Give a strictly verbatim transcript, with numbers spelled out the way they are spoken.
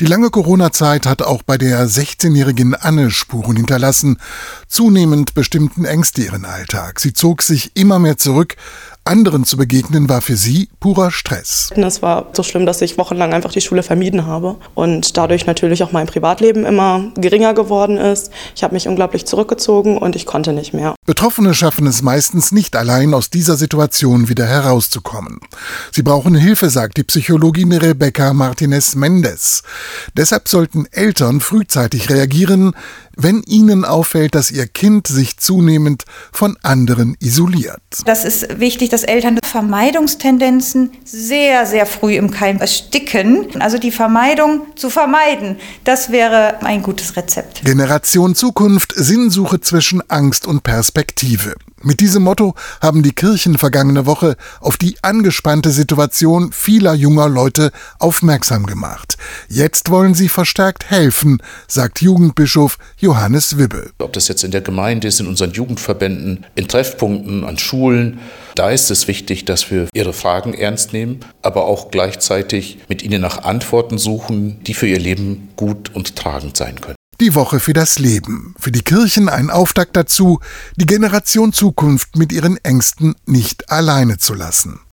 Die lange Corona-Zeit hat auch bei der sechzehnjährigen Anne Spuren hinterlassen. Zunehmend bestimmten Ängste ihren Alltag. Sie zog sich immer mehr zurück. Anderen zu begegnen war für sie purer Stress. Es war so schlimm, dass ich wochenlang einfach die Schule vermieden habe und dadurch natürlich auch mein Privatleben immer geringer geworden ist. Ich habe mich unglaublich zurückgezogen und ich konnte nicht mehr. Betroffene schaffen es meistens nicht allein, aus dieser Situation wieder herauszukommen. Sie brauchen Hilfe, sagt die Psychologin Rebecca Martinez-Mendez. Deshalb sollten Eltern frühzeitig reagieren, wenn ihnen auffällt, dass ihr Kind sich zunehmend von anderen isoliert. Das ist wichtig, dass Eltern Vermeidungstendenzen sehr, sehr früh im Keim ersticken. Also die Vermeidung zu vermeiden, das wäre ein gutes Rezept. Generation Zukunft, Sinnsuche zwischen Angst und Perspektive. Mit diesem Motto haben die Kirchen vergangene Woche auf die angespannte Situation vieler junger Leute aufmerksam gemacht. Jetzt wollen sie verstärkt helfen, sagt Jugendbischof Johannes Wibbe. Ob das jetzt in der Gemeinde ist, in unseren Jugendverbänden, in Treffpunkten, an Schulen, da ist es wichtig, dass wir ihre Fragen ernst nehmen, aber auch gleichzeitig mit ihnen nach Antworten suchen, die für ihr Leben gut und tragend sein können. Die Woche für das Leben. Für die Kirchen ein Auftakt dazu, die Generation Zukunft mit ihren Ängsten nicht alleine zu lassen.